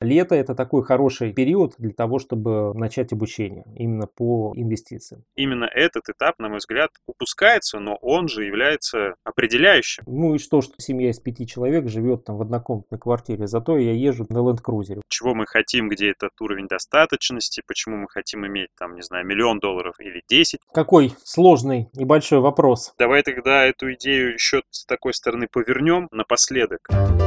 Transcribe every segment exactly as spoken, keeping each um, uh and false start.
лето– это такой хороший период для того, чтобы начать обучение именно по инвестициям. Именно этот этап, на мой взгляд, упускается, но он же является определяющим. Ну и что, что семья из пяти человек живет там в однокомнатной квартире, зато я езжу на Land Cruiser. Чего мы хотим, где этот уровень достаточности, почему мы хотим иметь там, не знаю, миллион долларов или десять. Какой сложный и большой вопрос. Давай тогда эту идею еще с такой стороны повернем напоследок.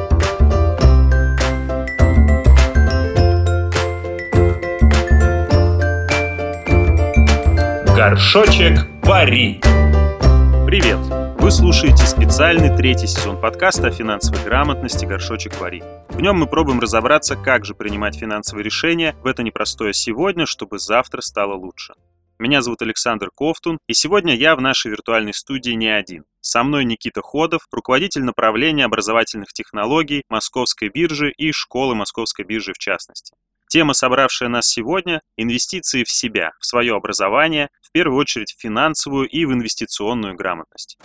Горшочек вари! Привет! Вы слушаете специальный третий сезон подкаста о финансовой грамотности «Горшочек вари». В нем мы пробуем разобраться, как же принимать финансовые решения в это непростое сегодня, чтобы завтра стало лучше. Меня зовут Александр Ковтун, и сегодня я в нашей виртуальной студии не один. Со мной Никита Ходов, руководитель направления образовательных технологий Московской биржи и школы Московской биржи в частности. Тема, собравшая нас сегодня – инвестиции в себя, в свое образование, в первую очередь в финансовую и в инвестиционную грамотность.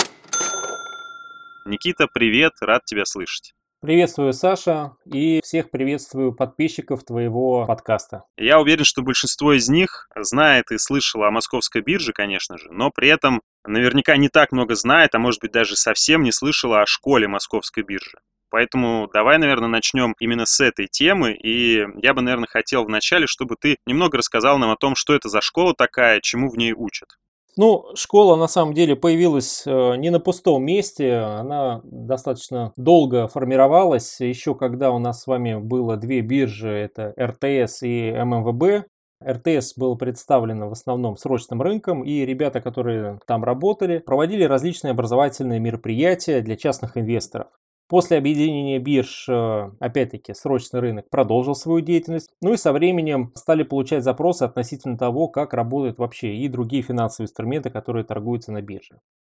Никита, привет, рад тебя слышать. Приветствую, Саша, и всех приветствую подписчиков твоего подкаста. Я уверен, что большинство из них знает и слышало о Московской бирже, конечно же, но при этом наверняка не так много знает, а может быть даже совсем не слышало о школе Московской биржи. Поэтому давай, наверное, начнем именно с этой темы, и я бы, наверное, хотел вначале, чтобы ты немного рассказал нам о том, что это за школа такая, чему в ней учат. Ну, школа на самом деле появилась э, не на пустом месте, она достаточно долго формировалась, еще когда у нас с вами было две биржи, это эр тэ эс и эм эм вэ бэ. эр тэ эс был представлен в основном срочным рынком, и ребята, которые там работали, проводили различные образовательные мероприятия для частных инвесторов. После объединения бирж, опять-таки, срочный рынок продолжил свою деятельность. Ну и со временем стали получать запросы относительно того, как работают вообще и другие финансовые инструменты, которые торгуются на бирже.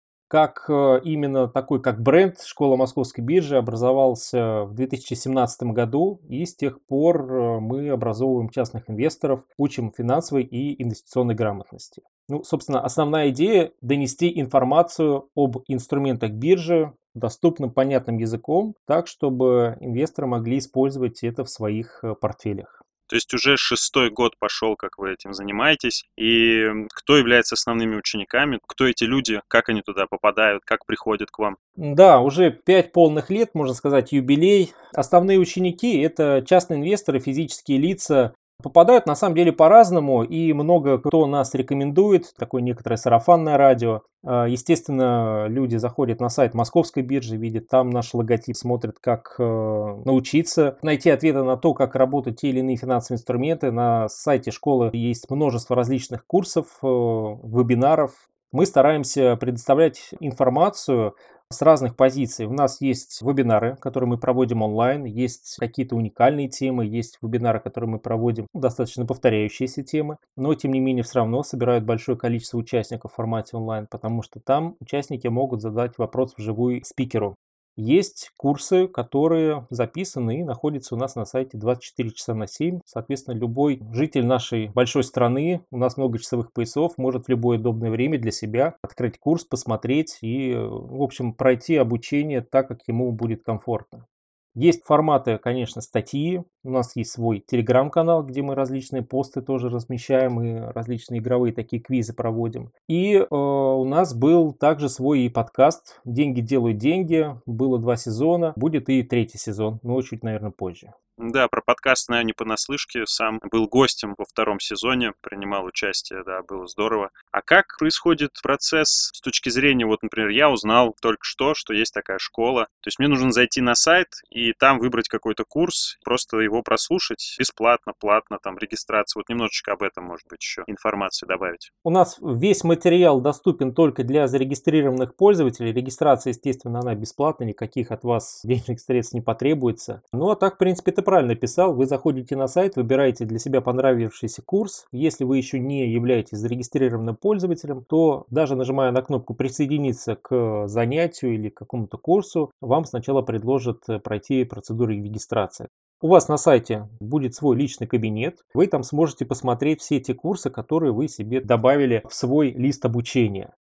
Как именно такой, как бренд, школа Московской биржи образовался в две тысячи семнадцатом году, и с тех пор мы образовываем частных инвесторов, учим финансовой и инвестиционной грамотности. Ну, собственно, основная идея – донести информацию об инструментах биржи доступным, понятным языком, так, чтобы инвесторы могли использовать это в своих портфелях. То есть уже шестой год пошел, как вы этим занимаетесь. И кто является основными учениками? Кто эти люди? Как они туда попадают? Как приходят к вам? Да, уже пять полных лет, можно сказать, юбилей. Основные ученики – это частные инвесторы, физические лица. Попадают на самом деле по-разному, и много кто нас рекомендует, такое некоторое сарафанное радио. Естественно, люди заходят на сайт Московской биржи, видят там наш логотип, смотрят, как научиться найти ответы на то, как работают те или иные финансовые инструменты. На сайте школы есть множество различных курсов, вебинаров. Мы стараемся предоставлять информацию с разных позиций. У нас есть вебинары, которые мы проводим онлайн, есть какие-то уникальные темы, есть вебинары, которые мы проводим, достаточно повторяющиеся темы, но тем не менее все равно собирают большое количество участников в формате онлайн, потому что там участники могут задать вопрос вживую спикеру. Есть курсы, которые записаны и находятся у нас на сайте двадцать четыре часа на семь. Соответственно, любой житель нашей большой страны, у нас много часовых поясов, может в любое удобное время для себя открыть курс, посмотреть и, в общем, пройти обучение так, как ему будет комфортно. Есть форматы, конечно, статьи. У нас есть свой телеграм-канал, где мы различные посты тоже размещаем и различные игровые такие квизы проводим. И э, у нас был также свой и подкаст «Деньги делают деньги». Было два сезона. Будет и третий сезон, но чуть, наверное, позже. Да, про подкаст знаю не понаслышке, сам был гостем во втором сезоне, принимал участие, да, было здорово. А как происходит процесс с точки зрения, вот, например, я узнал только что, что есть такая школа, то есть мне нужно зайти на сайт и там выбрать какой-то курс, просто его прослушать бесплатно, платно, там, регистрация, вот немножечко об этом, может быть, еще информации добавить. У нас весь материал доступен только для зарегистрированных пользователей, регистрация, естественно, она бесплатная, никаких от вас денежных средств не потребуется. Ну, а так, в принципе, это правильно писал, вы заходите на сайт, выбираете для себя понравившийся курс. Если вы еще не являетесь зарегистрированным пользователем, то даже нажимая на кнопку «Присоединиться к занятию» или к какому-то курсу, вам сначала предложат пройти процедуру регистрации. У вас на сайте будет свой личный кабинет, вы там сможете посмотреть все те курсы, которые вы себе добавили в свой лист обучения.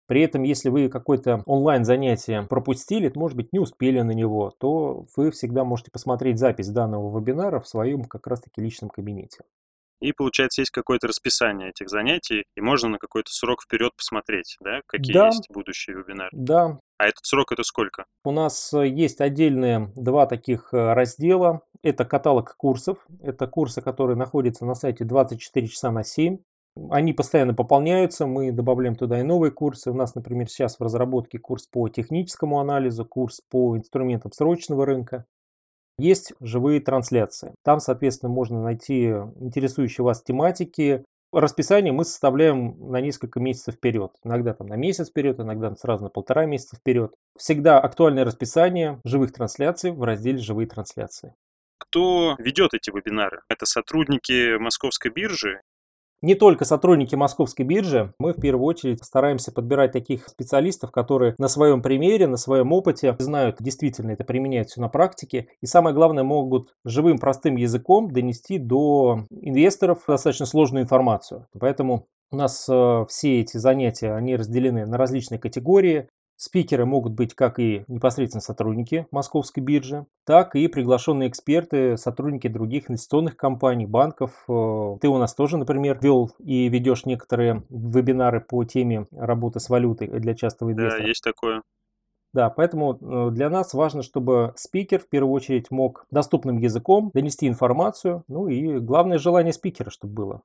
При этом, если вы какое-то онлайн-занятие пропустили, может быть, не успели на него, то вы всегда можете посмотреть запись данного вебинара в своем как раз-таки личном кабинете. И, получается, есть какое-то расписание этих занятий, и можно на какой-то срок вперед посмотреть, да, какие Да, есть будущие вебинары. да. А этот срок это сколько? У нас э, есть отдельные два таких э, раздела. Это каталог курсов. Это курсы, которые находятся на сайте двадцать четыре часа на семь. Они постоянно пополняются, мы добавляем туда и новые курсы. У нас, например, сейчас в разработке курс по техническому анализу, курс по инструментам срочного рынка. Есть живые трансляции. Там, соответственно, можно найти интересующие вас тематики. Расписание мы составляем на несколько месяцев вперед. Иногда там на месяц вперед, иногда сразу на полтора месяца вперед. Всегда актуальное расписание живых трансляций в разделе «Живые трансляции». Кто ведет эти вебинары? Это сотрудники Московской биржи? Не только сотрудники Московской биржи, мы в первую очередь стараемся подбирать таких специалистов, которые на своем примере, на своем опыте знают, действительно это применяют все на практике. И самое главное, могут живым простым языком донести до инвесторов достаточно сложную информацию. Поэтому у нас э, все эти занятия, они разделены на различные категории. Спикеры могут быть как и непосредственно сотрудники Московской биржи, так и приглашенные эксперты, сотрудники других инвестиционных компаний, банков. Ты у нас тоже, например, вел и ведешь некоторые вебинары по теме работы с валютой для частного инвестора. Да, есть такое. Да, поэтому для нас важно, чтобы спикер в первую очередь мог доступным языком донести информацию, ну и главное желание спикера, чтобы было.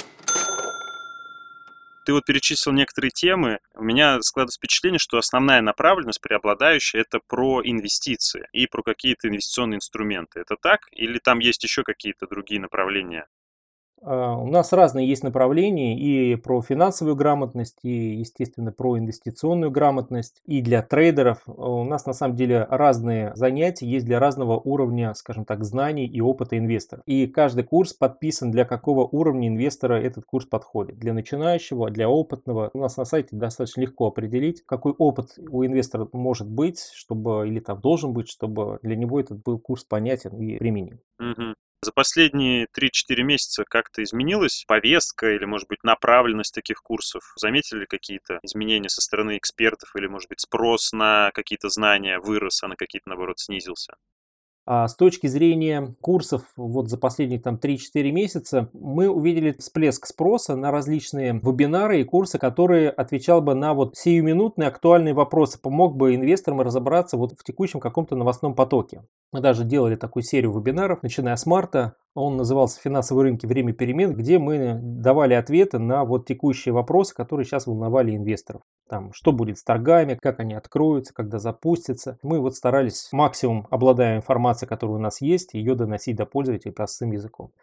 Ты вот перечислил некоторые темы. У меня складывается впечатление, что основная направленность, преобладающая, это про инвестиции и про какие-то инвестиционные инструменты. Это так? Или там есть еще какие-то другие направления? У нас разные есть направления и про финансовую грамотность, и, естественно, про инвестиционную грамотность. И для трейдеров у нас на самом деле разные занятия есть для разного уровня, скажем так, знаний и опыта инвестора. И каждый курс подписан, для какого уровня инвестора этот курс подходит. Для начинающего, для опытного. У нас на сайте достаточно легко определить, какой опыт у инвестора может быть, чтобы или там должен быть, чтобы для него этот был курс понятен и применим. Угу. За последние три-четыре месяца как-то изменилась повестка или, может быть, направленность таких курсов? Заметили ли какие-то изменения со стороны экспертов или, может быть, спрос на какие-то знания вырос, а на какие-то, наоборот, снизился? А с точки зрения курсов вот за последние там три-четыре месяца мы увидели всплеск спроса на различные вебинары и курсы, которые отвечал бы на вот сиюминутные актуальные вопросы, помог бы инвесторам разобраться вот в текущем каком-то новостном потоке. Мы даже делали такую серию вебинаров, начиная с марта. Он назывался «Финансовые рынки. Время перемен», где мы давали ответы на вот текущие вопросы, которые сейчас волновали инвесторов. Там, что будет с торгами, как они откроются, когда запустятся. Мы вот старались максимум, обладая информацией, которая у нас есть, ее доносить до пользователей простым языком.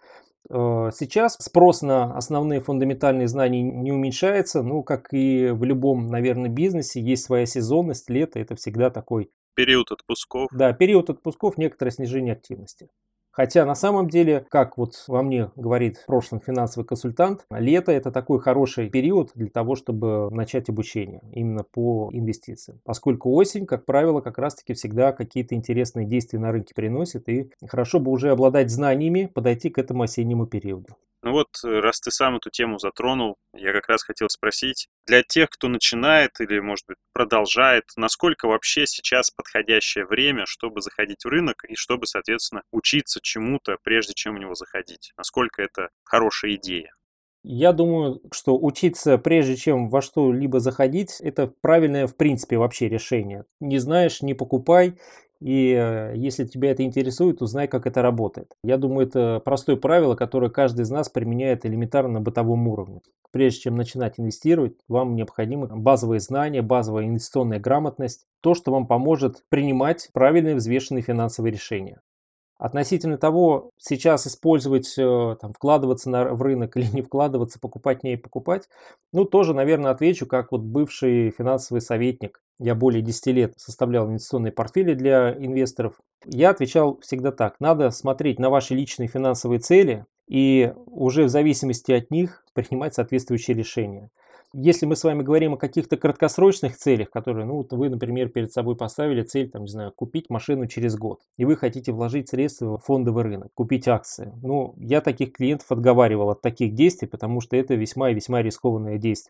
Сейчас спрос на основные фундаментальные знания не уменьшается. Ну, как и в любом, наверное, бизнесе, есть своя сезонность. Лето – это всегда такой... Период отпусков. Да, период отпусков, некоторое снижение активности. Хотя на самом деле, как вот во мне говорит в прошлом финансовый консультант, лето это такой хороший период для того, чтобы начать обучение именно по инвестициям. Поскольку осень, как правило, как раз-таки всегда какие-то интересные действия на рынке приносит, и хорошо бы уже обладать знаниями, подойти к этому осеннему периоду. Ну вот, раз ты сам эту тему затронул, я как раз хотел спросить, для тех, кто начинает или, может быть, продолжает, насколько вообще сейчас подходящее время, чтобы заходить в рынок и чтобы, соответственно, учиться чему-то, прежде чем в него заходить? Насколько это хорошая идея? Я думаю, что учиться, прежде чем во что-либо заходить, это правильное, в принципе, вообще решение. Не знаешь, не покупай. И э, если тебя это интересует, узнай, как это работает. Я думаю, это простое правило, которое каждый из нас применяет элементарно на бытовом уровне. Прежде чем начинать инвестировать, вам необходимы базовые знания, базовая инвестиционная грамотность, то, что вам поможет принимать правильные взвешенные финансовые решения. Относительно того, сейчас использовать, там, вкладываться на, в рынок или не вкладываться, покупать, не покупать, ну, тоже, наверное, отвечу, как вот бывший финансовый советник. Я более десяти лет составлял инвестиционные портфели для инвесторов. Я отвечал всегда так. Надо смотреть на ваши личные финансовые цели и уже в зависимости от них принимать соответствующие решения. Если мы с вами говорим о каких-то краткосрочных целях, которые, ну, вы, например, перед собой поставили цель, там, не знаю, купить машину через год, и вы хотите вложить средства в фондовый рынок, купить акции. Ну, я таких клиентов отговаривал от таких действий, потому что это весьма и весьма рискованное действие.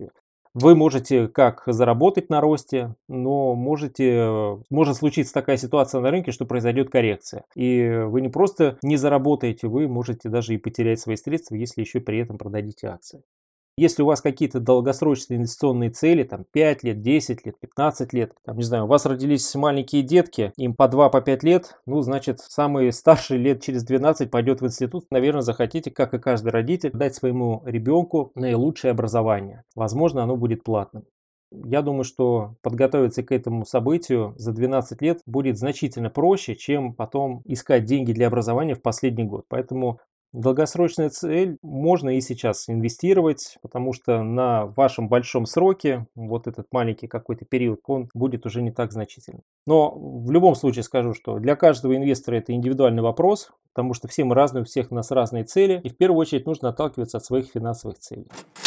Вы можете как заработать на росте, но можете, может случиться такая ситуация на рынке, что произойдет коррекция. И вы не просто не заработаете, вы можете даже и потерять свои средства, если еще при этом продадите акции. Если у вас какие-то долгосрочные инвестиционные цели, там пять лет, десять лет, пятнадцать лет, там, не знаю, у вас родились маленькие детки, им по два, по пять лет, ну, значит, самый старший лет через двенадцать пойдет в институт, наверное, захотите, как и каждый родитель, дать своему ребенку наилучшее образование. Возможно, оно будет платным. Я думаю, что подготовиться к этому событию за двенадцать лет будет значительно проще, чем потом искать деньги для образования в последний год. Поэтому долгосрочная цель можно и сейчас инвестировать, потому что на вашем большом сроке вот этот маленький какой-то период, он будет уже не так значительным. Но в любом случае скажу, что для каждого инвестора это индивидуальный вопрос, потому что все мы разные, у всех у нас разные цели, и в первую очередь нужно отталкиваться от своих финансовых целей.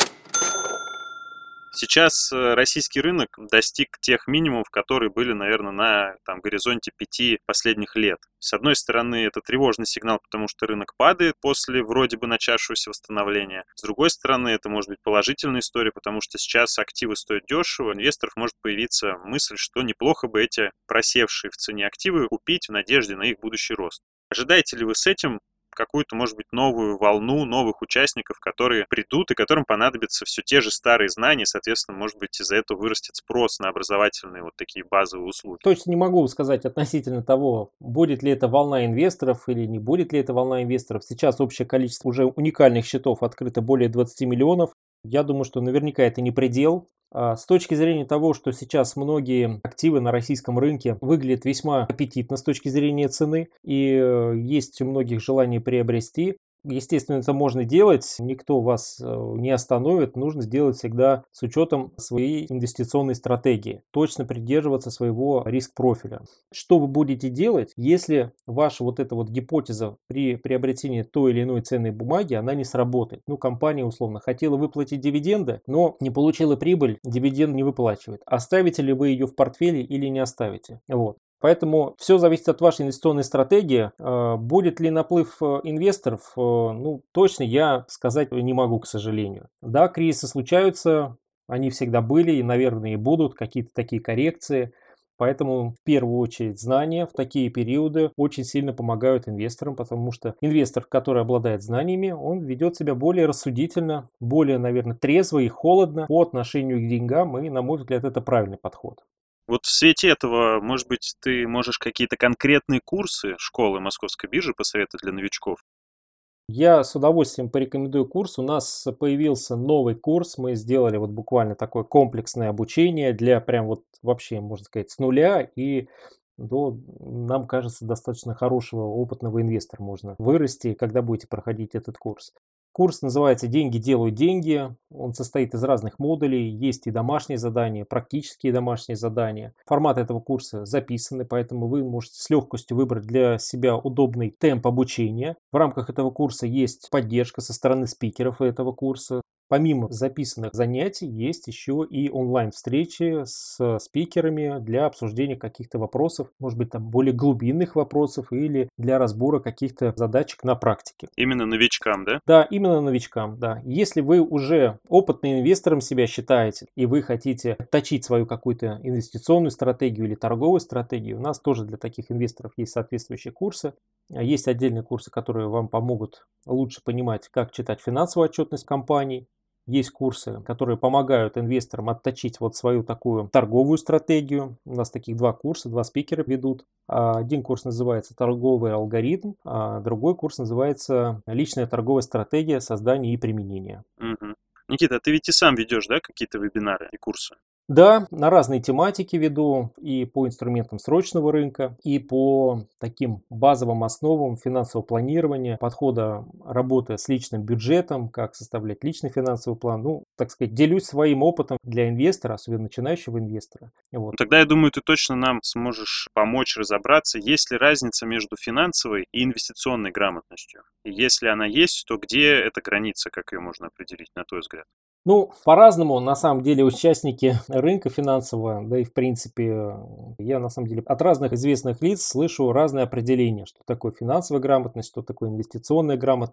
Сейчас российский рынок достиг тех минимумов, которые были, наверное, на там, горизонте пяти последних лет. С одной стороны, это тревожный сигнал, потому что рынок падает после вроде бы начавшегося восстановления. С другой стороны, это может быть положительная история, потому что сейчас активы стоят дешево, у инвесторов может появиться мысль, что неплохо бы эти просевшие в цене активы купить в надежде на их будущий рост. Ожидаете ли вы с этим какую-то, может быть, новую волну новых участников, которые придут и которым понадобятся все те же старые знания, соответственно, может быть, из-за этого вырастет спрос на образовательные вот такие базовые услуги? Точно не могу сказать относительно того, будет ли это волна инвесторов или не будет ли это волна инвесторов. Сейчас общее количество уже уникальных счетов открыто более двадцати миллионов. Я думаю, что наверняка это не предел. С точки зрения того, что сейчас многие активы на российском рынке выглядят весьма аппетитно с точки зрения цены, и есть у многих желание приобрести. Естественно, это можно делать, никто вас не остановит, нужно сделать всегда с учетом своей инвестиционной стратегии, точно придерживаться своего риск-профиля. Что вы будете делать, если ваша вот эта вот гипотеза при приобретении той или иной ценной бумаги, она не сработает? Ну, компания, условно, хотела выплатить дивиденды, но не получила прибыль, дивиденд не выплачивает. Оставите ли вы ее в портфеле или не оставите? Вот. Поэтому все зависит от вашей инвестиционной стратегии. Будет ли наплыв инвесторов, ну, точно я сказать не могу, к сожалению. Да, кризисы случаются, они всегда были и, наверное, и будут, какие-то такие коррекции. Поэтому в первую очередь знания в такие периоды очень сильно помогают инвесторам, потому что инвестор, который обладает знаниями, он ведет себя более рассудительно, более, наверное, трезво и холодно по отношению к деньгам, и, на мой взгляд, это правильный подход. Вот в свете этого, может быть, ты можешь какие-то конкретные курсы школы Московской биржи посоветовать для новичков? Я с удовольствием порекомендую курс. У нас появился новый курс. Мы сделали вот буквально такое комплексное обучение для прям вот вообще, можно сказать, с нуля. И до, нам кажется, достаточно хорошего опытного инвестора можно вырасти, когда будете проходить этот курс. Курс называется «Деньги делают деньги». Он состоит из разных модулей. Есть и домашние задания, практические домашние задания. Формат этого курса записаны, поэтому вы можете с легкостью выбрать для себя удобный темп обучения. В рамках этого курса есть поддержка со стороны спикеров этого курса. Помимо записанных занятий есть еще и онлайн-встречи с спикерами для обсуждения каких-то вопросов, может быть, там более глубинных вопросов или для разбора каких-то задачек на практике. Именно новичкам, да? Да, именно новичкам, да. Если вы уже опытным инвестором себя считаете и вы хотите отточить свою какую-то инвестиционную стратегию или торговую стратегию, у нас тоже для таких инвесторов есть соответствующие курсы. Есть отдельные курсы, которые вам помогут лучше понимать, как читать финансовую отчетность компаний. Есть курсы, которые помогают инвесторам отточить вот свою такую торговую стратегию. У нас таких два курса, два спикера ведут. Один курс называется «Торговый алгоритм», а другой курс называется «Личная торговая стратегия создания и применения». Угу. Никита, ты ведь и сам ведешь, да, какие-то вебинары и курсы? Да, на разные тематики веду, и по инструментам срочного рынка, и по таким базовым основам финансового планирования, подхода работы с личным бюджетом, как составлять личный финансовый план. Ну, так сказать, делюсь своим опытом для инвестора, особенно начинающего инвестора. Вот. Тогда, я думаю, ты точно нам сможешь помочь разобраться, есть ли разница между финансовой и инвестиционной грамотностью. И если она есть, то где эта граница, как ее можно определить, на твой взгляд? Ну, по-разному, на самом деле, участники рынка финансового, да и в принципе, я на самом деле от разных известных лиц слышу разные определения, что такое финансовая грамотность, что такое инвестиционная грамотность.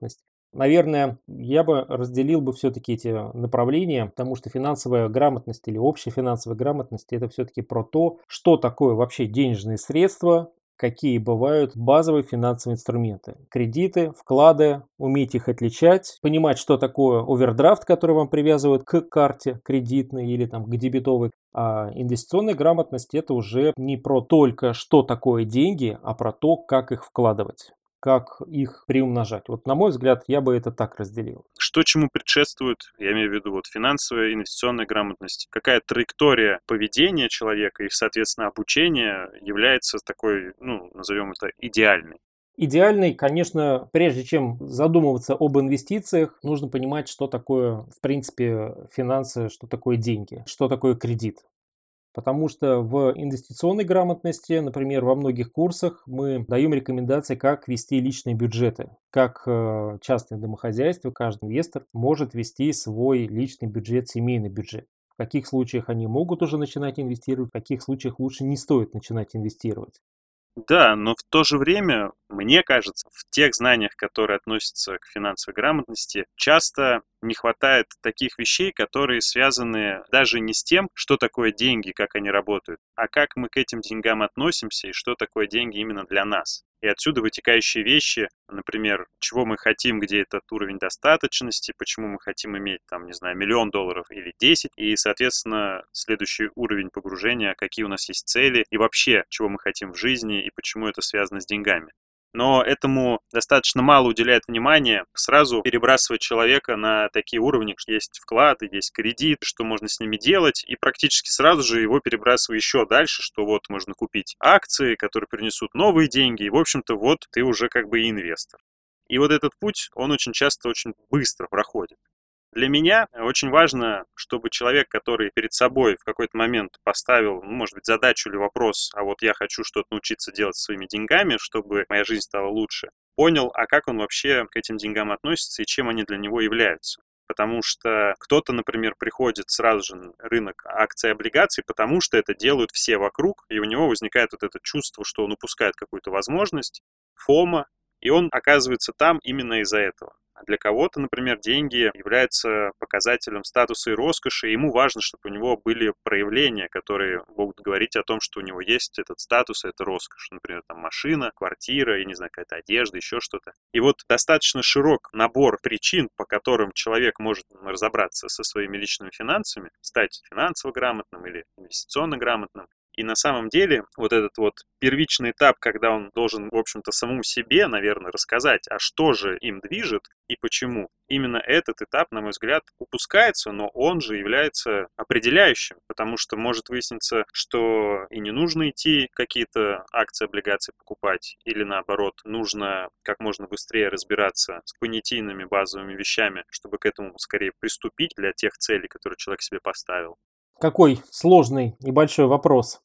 Наверное, я бы разделил бы все-таки эти направления, потому что финансовая грамотность или общая финансовая грамотность – это все-таки про то, что такое вообще денежные средства, какие бывают базовые финансовые инструменты. Кредиты, вклады, уметь их отличать, понимать, что такое овердрафт, который вам привязывают к карте кредитной или там, к дебетовой. А инвестиционная грамотность – это уже не про только, что такое деньги, а про то, как их вкладывать, как их приумножать. Вот на мой взгляд, я бы это так разделил. Что чему предшествует, я имею в виду вот финансовая, инвестиционная грамотность, какая траектория поведения человека и, соответственно, обучения является такой, ну, назовем это, идеальной? Идеальный, конечно, прежде чем задумываться об инвестициях, нужно понимать, что такое, в принципе, финансы, что такое деньги, что такое кредит. Потому что в инвестиционной грамотности, например, во многих курсах мы даем рекомендации, как вести личные бюджеты, как э, частное домохозяйство, каждый инвестор может вести свой личный бюджет, семейный бюджет. В каких случаях они могут уже начинать инвестировать, в каких случаях лучше не стоит начинать инвестировать. Да, но в то же время, мне кажется, в тех знаниях, которые относятся к финансовой грамотности, часто не хватает таких вещей, которые связаны даже не с тем, что такое деньги, как они работают, а как мы к этим деньгам относимся и что такое деньги именно для нас. И отсюда вытекающие вещи, например, чего мы хотим, где этот уровень достаточности, почему мы хотим иметь, там, не знаю, миллион долларов или десять, и, соответственно, следующий уровень погружения, какие у нас есть цели и вообще, чего мы хотим в жизни и почему это связано с деньгами. Но этому достаточно мало уделяет внимания, сразу перебрасывать человека на такие уровни, что есть вклады, есть кредит, что можно с ними делать, и практически сразу же его перебрасываю еще дальше, что вот можно купить акции, которые принесут новые деньги, и, в общем-то, вот ты уже как бы инвестор. И вот этот путь, он очень часто очень быстро проходит. Для меня очень важно, чтобы человек, который перед собой в какой-то момент поставил, ну, может быть, задачу или вопрос, а вот я хочу что-то научиться делать со своими деньгами, чтобы моя жизнь стала лучше, понял, а как он вообще к этим деньгам относится и чем они для него являются. Потому что кто-то, например, приходит сразу же на рынок акций и облигаций, потому что это делают все вокруг, и у него возникает вот это чувство, что он упускает какую-то возможность, фома, и он оказывается там именно из-за этого. А для кого-то, например, деньги являются показателем статуса и роскоши, и ему важно, чтобы у него были проявления, которые могут говорить о том, что у него есть этот статус, это роскошь. Например, там машина, квартира, я не знаю, какая-то одежда, еще что-то. И вот достаточно широк набор причин, по которым человек может разобраться со своими личными финансами, стать финансово грамотным или инвестиционно грамотным. И на самом деле вот этот вот первичный этап, когда он должен, в общем-то, самому себе, наверное, рассказать, а что же им движет и почему, именно этот этап, на мой взгляд, упускается, но он же является определяющим, потому что может выясниться, что и не нужно идти какие-то акции, облигации покупать, или наоборот, нужно как можно быстрее разбираться с понятийными базовыми вещами, чтобы к этому скорее приступить для тех целей, которые человек себе поставил. Какой сложный и большой вопрос.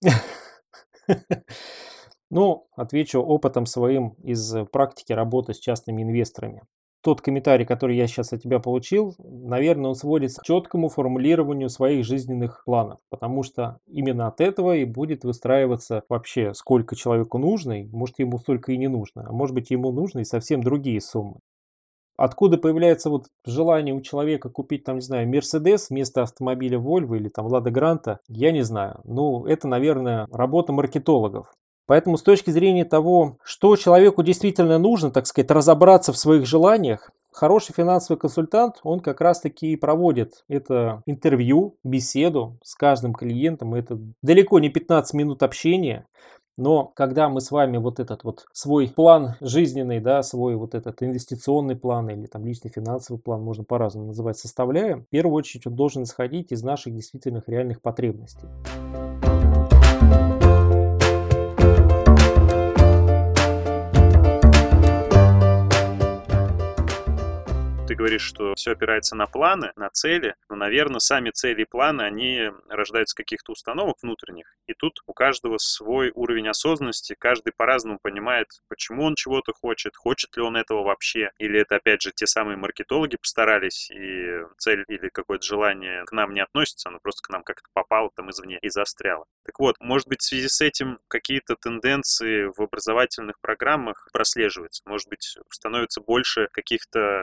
Ну, отвечу опытом своим из практики работы с частными инвесторами. Тот комментарий, который я сейчас от тебя получил, наверное, он сводится к четкому формулированию своих жизненных планов, потому что именно от этого и будет выстраиваться вообще, сколько человеку нужно, и может ему столько и не нужно, а может быть ему нужны и совсем другие суммы. Откуда появляется вот желание у человека купить, там, не знаю, Мерседес вместо автомобиля Volvo или там Лада Гранта, я не знаю. Ну, это, наверное, работа маркетологов. Поэтому с точки зрения того, что человеку действительно нужно, так сказать, разобраться в своих желаниях, хороший финансовый консультант, он как раз-таки и проводит это интервью, беседу с каждым клиентом. Это далеко не пятнадцать минут общения. Но когда мы с вами вот этот вот свой план жизненный, да, свой вот этот инвестиционный план или там личный финансовый план, можно по-разному называть, составляем, в первую очередь он должен исходить из наших действительных реальных потребностей. Ты говоришь, что все опирается на планы, на цели, но, наверное, сами цели и планы, они рождаются из каких-то установок внутренних. И тут у каждого свой уровень осознанности, каждый по-разному понимает, почему он чего-то хочет, хочет ли он этого вообще. Или это, опять же, те самые маркетологи постарались, и цель или какое-то желание к нам не относится, оно просто к нам как-то попало там извне и застряло. Так вот, может быть, в связи с этим какие-то тенденции в образовательных программах прослеживаются. Может быть, становится больше каких-то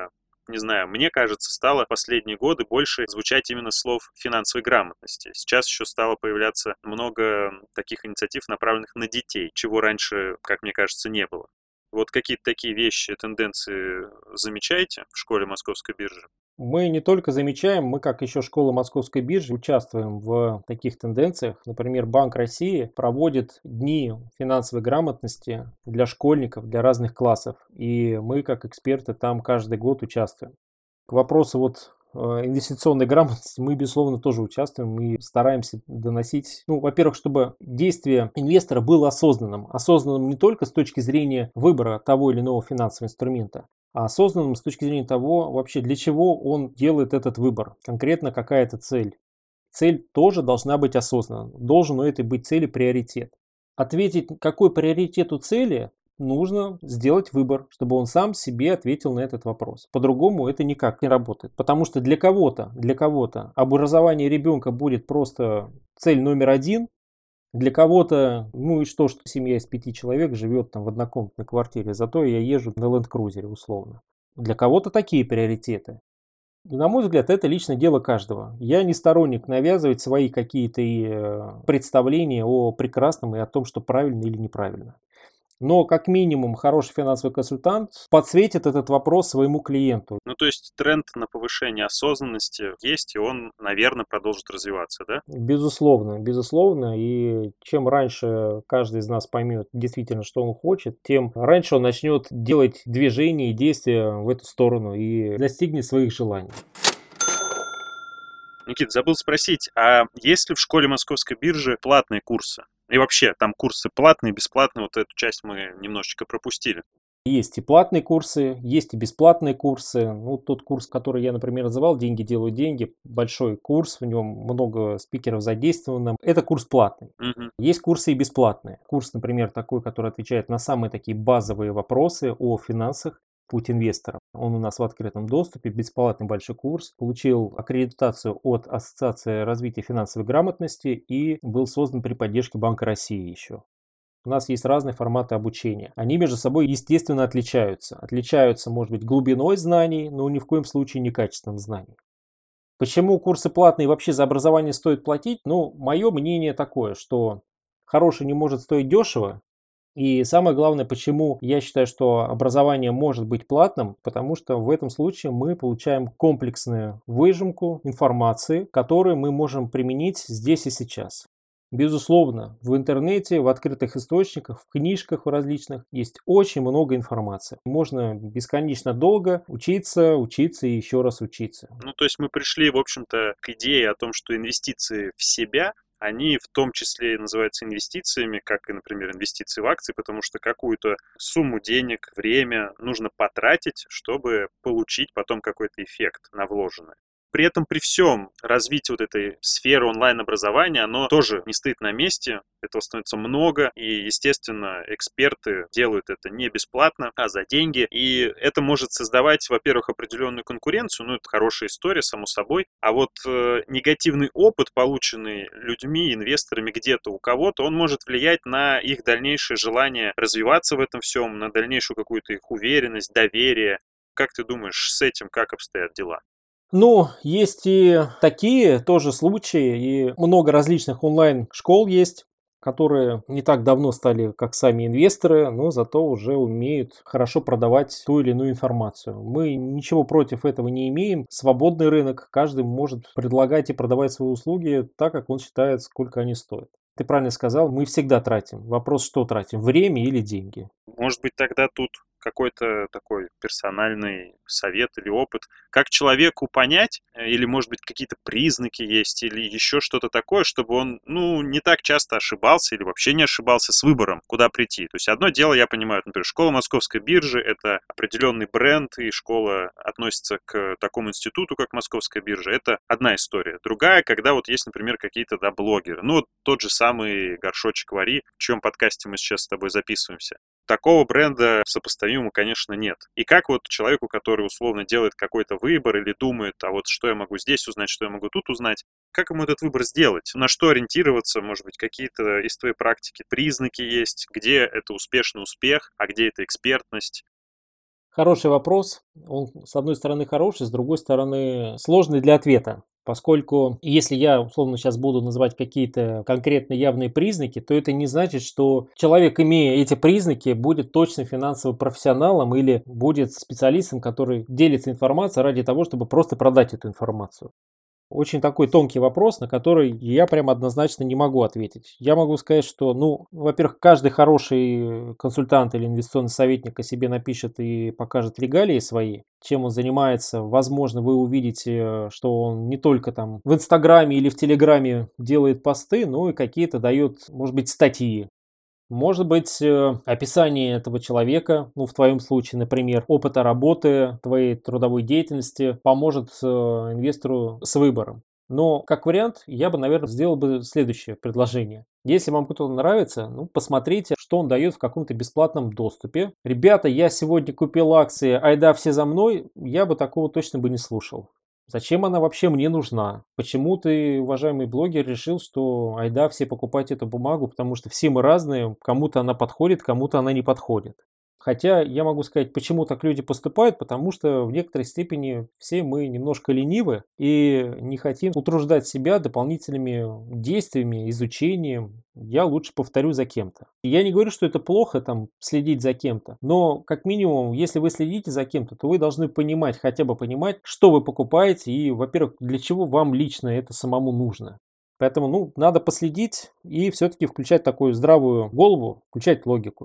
не знаю, мне кажется, стало в последние годы больше звучать именно слов финансовой грамотности. Сейчас еще стало появляться много таких инициатив, направленных на детей, чего раньше, как мне кажется, не было. Вот какие-то такие вещи, тенденции замечаете в школе Московской биржи? Мы не только замечаем, мы как еще школа Московской биржи участвуем в таких тенденциях. Например, Банк России проводит дни финансовой грамотности для школьников, для разных классов. И мы как эксперты там каждый год участвуем. К вопросу вот э, инвестиционной грамотности мы, безусловно, тоже участвуем и стараемся доносить, ну, во-первых, чтобы действие инвестора было осознанным. Осознанным не только с точки зрения выбора того или иного финансового инструмента, а осознанным с точки зрения того, вообще для чего он делает этот выбор, конкретно какая-то цель. Цель тоже должна быть осознанной, должен у этой быть цели приоритет. Ответить, какой приоритет у цели, нужно сделать выбор, чтобы он сам себе ответил на этот вопрос. По-другому это никак не работает, потому что для кого-то, для кого-то образование ребенка будет просто цель номер один. Для кого-то, ну и что, что семья из пяти человек живет там в однокомнатной квартире, зато я езжу на ленд-крузере условно. Для кого-то такие приоритеты. И, на мой взгляд, это лично дело каждого. Я не сторонник навязывать свои какие-то представления о прекрасном и о том, что правильно или неправильно. Но, как минимум, хороший финансовый консультант подсветит этот вопрос своему клиенту. Ну, то есть тренд на повышение осознанности есть, и он, наверное, продолжит развиваться, да? Безусловно, безусловно. И чем раньше каждый из нас поймет действительно, что он хочет, тем раньше он начнет делать движения и действия в эту сторону и достигнет своих желаний. Никит, забыл спросить, а есть ли в школе Московской биржи платные курсы? И вообще, там курсы платные, бесплатные, вот эту часть мы немножечко пропустили. Есть и платные курсы, есть и бесплатные курсы. Ну, тот курс, который я, например, называл «Деньги делают деньги», большой курс, в нем много спикеров задействовано. Это курс платный. Угу. Есть курсы и бесплатные. Курс, например, такой, который отвечает на самые такие базовые вопросы о финансах. Путь инвестора. Он у нас в открытом доступе, бесплатный большой курс. Получил аккредитацию от Ассоциации развития финансовой грамотности и был создан при поддержке Банка России еще. У нас есть разные форматы обучения. Они между собой, естественно, отличаются. Отличаются, может быть, глубиной знаний, но ни в коем случае не качеством знаний. Почему курсы платные и вообще за образование стоит платить? Ну, мое мнение такое, что хороший не может стоить дешево. И самое главное, почему я считаю, что образование может быть платным, потому что в этом случае мы получаем комплексную выжимку информации, которую мы можем применить здесь и сейчас. Безусловно, в интернете, в открытых источниках, в книжках различных есть очень много информации. Можно бесконечно долго учиться, учиться и еще раз учиться. Ну, то есть мы пришли, в общем-то, к идее о том, что инвестиции в себя, они в том числе и называются инвестициями, как и, например, инвестиции в акции, потому что какую-то сумму денег, время нужно потратить, чтобы получить потом какой-то эффект на вложенное. При этом при всем развитие вот этой сферы онлайн-образования, оно тоже не стоит на месте, этого становится много, и, естественно, эксперты делают это не бесплатно, а за деньги, и это может создавать, во-первых, определенную конкуренцию, ну, это хорошая история, само собой, а вот э, негативный опыт, полученный людьми, инвесторами где-то у кого-то, он может влиять на их дальнейшее желание развиваться в этом всем, на дальнейшую какую-то их уверенность, доверие. Как ты думаешь, с этим как обстоят дела? Ну, есть и такие тоже случаи, и много различных онлайн-школ есть, которые не так давно стали как сами инвесторы, но зато уже умеют хорошо продавать ту или иную информацию. Мы ничего против этого не имеем. Свободный рынок, каждый может предлагать и продавать свои услуги так, как он считает, сколько они стоят. Ты правильно сказал, мы всегда тратим. Вопрос, что тратим, время или деньги? Может быть, тогда тут какой-то такой персональный совет или опыт, как человеку понять, или, может быть, какие-то признаки есть, или еще что-то такое, чтобы он, ну, не так часто ошибался или вообще не ошибался с выбором, куда прийти. То есть одно дело, я понимаю, например, школа Московской биржи — это определенный бренд, и школа относится к такому институту, как Московская биржа. Это одна история. Другая, когда вот есть, например, какие-то, да, блогеры. Ну, вот тот же самый Горшочек Вари, в чьем подкасте мы сейчас с тобой записываемся. Такого бренда сопоставимого, конечно, нет. И как вот человеку, который условно делает какой-то выбор или думает, а вот что я могу здесь узнать, что я могу тут узнать, как ему этот выбор сделать? На что ориентироваться? Может быть, какие-то из твоей практики признаки есть? Где это успешный успех, а где это экспертность? Хороший вопрос. Он, с одной стороны, хороший, с другой стороны, сложный для ответа. Поскольку если я, условно, сейчас буду называть какие-то конкретно явные признаки, то это не значит, что человек, имея эти признаки, будет точно финансовым профессионалом или будет специалистом, который делится информацией ради того, чтобы просто продать эту информацию. Очень такой тонкий вопрос, на который я прям однозначно не могу ответить. Я могу сказать, что, ну, во-первых, каждый хороший консультант или инвестиционный советник о себе напишет и покажет регалии свои, чем он занимается. Возможно, вы увидите, что он не только там в Инстаграме или в Телеграме делает посты, но и какие-то дает, может быть, статьи. Может быть, э, описание этого человека, ну, в твоем случае, например, опыта работы, твоей трудовой деятельности, поможет э, инвестору с выбором. Но, как вариант, я бы, наверное, сделал бы следующее предложение. Если вам кто-то нравится, ну, посмотрите, что он дает в каком-то бесплатном доступе. Ребята, я сегодня купил акции, айда все за мной, я бы такого точно бы не слушал. Зачем она вообще мне нужна? Почему ты, уважаемый блогер, решил, что айда все покупать эту бумагу, потому что все мы разные, кому-то она подходит, кому-то она не подходит. Хотя я могу сказать, почему так люди поступают, потому что в некоторой степени все мы немножко ленивы и не хотим утруждать себя дополнительными действиями, изучением. Я лучше повторю за кем-то. Я не говорю, что это плохо там следить за кем-то, но как минимум, если вы следите за кем-то, то вы должны понимать, хотя бы понимать, что вы покупаете и, во-первых, для чего вам лично это самому нужно. Поэтому, ну, надо последить и все-таки включать такую здравую голову, включать логику.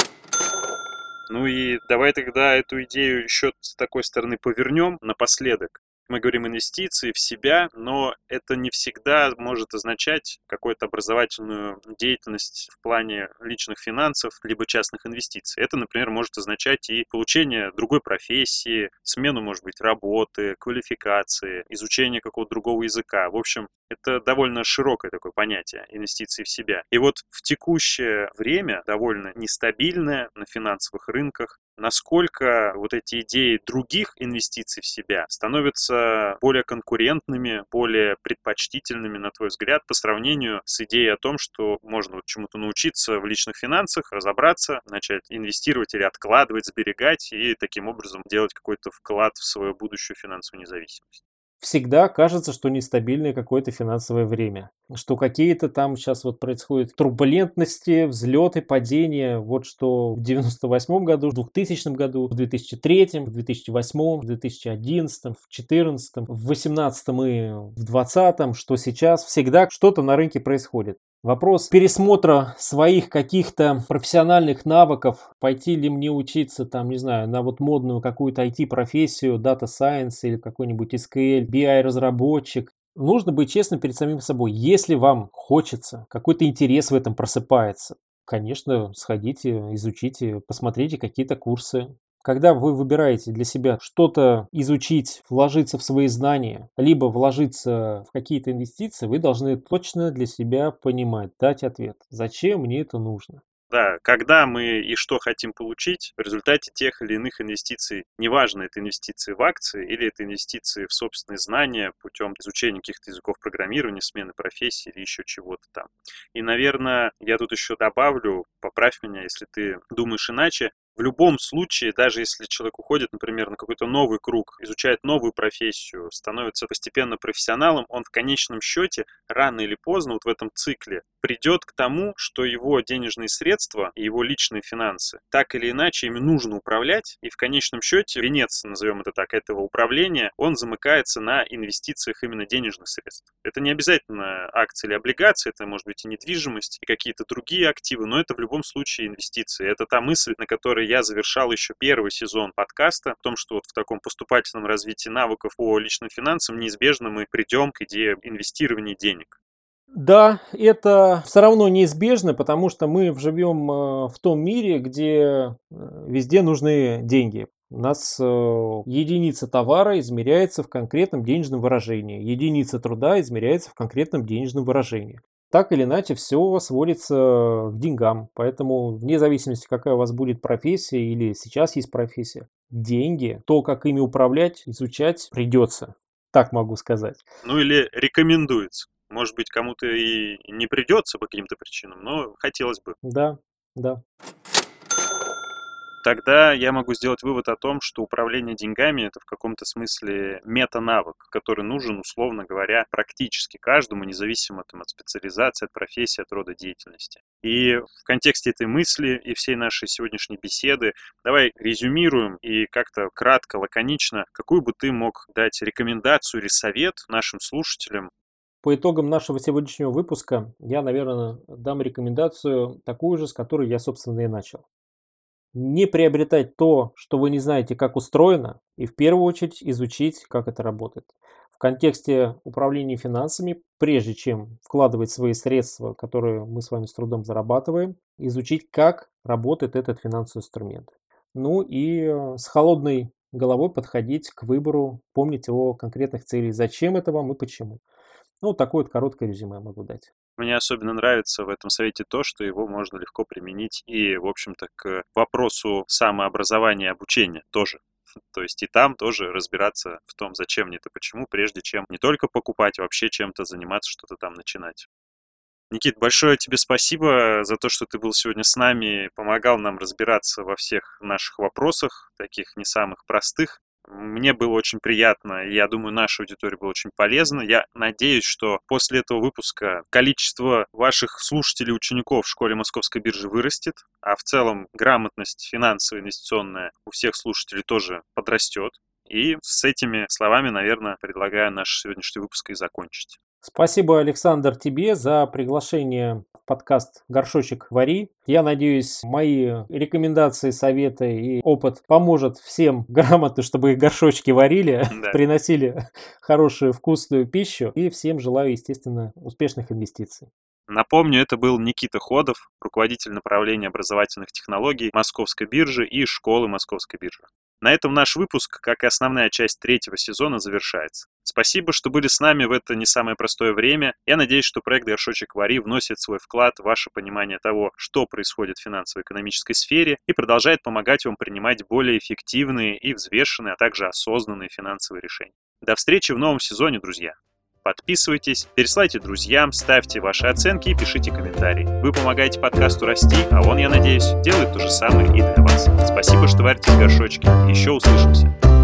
Ну и давай тогда эту идею еще с такой стороны повернем напоследок. Мы говорим инвестиции в себя, но это не всегда может означать какую-то образовательную деятельность в плане личных финансов, либо частных инвестиций. Это, например, может означать и получение другой профессии, смену, может быть, работы, квалификации, изучение какого-то другого языка. В общем, это довольно широкое такое понятие инвестиции в себя. И вот в текущее время, довольно нестабильное на финансовых рынках, насколько вот эти идеи других инвестиций в себя становятся более конкурентными, более предпочтительными, на твой взгляд, по сравнению с идеей о том, что можно вот чему-то научиться в личных финансах, разобраться, начать инвестировать или откладывать, сберегать и таким образом делать какой-то вклад в свою будущую финансовую независимость. Всегда кажется, что нестабильное какое-то финансовое время, что какие-то там сейчас вот происходят турбулентности, взлеты, падения, вот что в девяносто восьмом году, в двухтысячном году, в две тысячи третьем, в две тысячи восьмом, в две тысячи одиннадцатом, в две тысячи четырнадцатом, в восемнадцатом и в двадцатом, что сейчас всегда что-то на рынке происходит. Вопрос пересмотра своих каких-то профессиональных навыков, пойти ли мне учиться, там, не знаю, на вот модную какую-то ай ти-профессию, Data Science или какой-нибудь эс кью эль, би ай-разработчик. Нужно быть честным перед самим собой. Если вам хочется, какой-то интерес в этом просыпается, конечно, сходите, изучите, посмотрите какие-то курсы. Когда вы выбираете для себя что-то изучить, вложиться в свои знания, либо вложиться в какие-то инвестиции, вы должны точно для себя понимать, дать ответ, зачем мне это нужно. Да, когда мы и что хотим получить в результате тех или иных инвестиций. Неважно, это инвестиции в акции или это инвестиции в собственные знания путем изучения каких-то языков программирования, смены профессии или еще чего-то там. И, наверное, я тут еще добавлю, поправь меня, если ты думаешь иначе, в любом случае, даже если человек уходит, например, на какой-то новый круг, изучает новую профессию, становится постепенно профессионалом, он в конечном счете рано или поздно вот в этом цикле придет к тому, что его денежные средства и его личные финансы так или иначе ими нужно управлять, и в конечном счете венец, назовем это так, этого управления, он замыкается на инвестициях именно денежных средств. Это не обязательно акции или облигации, это может быть и недвижимость, и какие-то другие активы, но это в любом случае инвестиции. Это та мысль, на которой я завершал еще первый сезон подкаста, о том, что вот в таком поступательном развитии навыков по личным финансам неизбежно мы придем к идее инвестирования денег. Да, это все равно неизбежно, потому что мы живем в том мире, где везде нужны деньги. У нас единица товара измеряется в конкретном денежном выражении, единица труда измеряется в конкретном денежном выражении. Так или иначе, все сводится к деньгам. Поэтому, вне зависимости, какая у вас будет профессия или сейчас есть профессия, деньги, то, как ими управлять, изучать придется. Так могу сказать. Ну или рекомендуется. Может быть, кому-то и не придется по каким-то причинам, но хотелось бы. Да, да. Тогда я могу сделать вывод о том, что управление деньгами – это в каком-то смысле мета-навык, который нужен, условно говоря, практически каждому, независимо там, от специализации, от профессии, от рода деятельности. И в контексте этой мысли и всей нашей сегодняшней беседы давай резюмируем и как-то кратко, лаконично, какую бы ты мог дать рекомендацию или совет нашим слушателям. По итогам нашего сегодняшнего выпуска я, наверное, дам рекомендацию такую же, с которой я, собственно, и начал. Не приобретать то, что вы не знаете, как устроено, и в первую очередь изучить, как это работает. В контексте управления финансами, прежде чем вкладывать свои средства, которые мы с вами с трудом зарабатываем, изучить, как работает этот финансовый инструмент. Ну и с холодной головой подходить к выбору, помнить о конкретных целях, зачем это вам и почему. Ну, такое вот короткое резюме я могу дать. Мне особенно нравится в этом совете то, что его можно легко применить и, в общем-то, к вопросу самообразования и обучения тоже. То есть и там тоже разбираться в том, зачем мне это, почему, прежде чем не только покупать, вообще чем-то заниматься, что-то там начинать. Никит, большое тебе спасибо за то, что ты был сегодня с нами, помогал нам разбираться во всех наших вопросах, таких не самых простых. Мне было очень приятно, и я думаю, нашей аудитории было очень полезно. Я надеюсь, что после этого выпуска количество ваших слушателей и учеников в школе Московской биржи вырастет, а в целом грамотность финансовая, инвестиционная у всех слушателей тоже подрастет. И с этими словами, наверное, предлагаю наш сегодняшний выпуск и закончить. Спасибо, Александр, тебе за приглашение в подкаст «Горшочек Вари». Я надеюсь, мои рекомендации, советы и опыт поможет всем грамотно, чтобы их горшочки варили, да. приносили хорошую вкусную пищу. И всем желаю, естественно, успешных инвестиций. Напомню, это был Никита Ходов, руководитель направления образовательных технологий Московской биржи и школы Московской биржи. На этом наш выпуск, как и основная часть третьего сезона, завершается. Спасибо, что были с нами в это не самое простое время. Я надеюсь, что проект «Горшочек Вари» вносит свой вклад в ваше понимание того, что происходит в финансово-экономической сфере, и продолжает помогать вам принимать более эффективные и взвешенные, а также осознанные финансовые решения. До встречи в новом сезоне, друзья! Подписывайтесь, пересылайте друзьям, ставьте ваши оценки и пишите комментарии. Вы помогаете подкасту расти, а он, я надеюсь, делает то же самое и для вас. Спасибо, что варите в горшочке. Еще услышимся.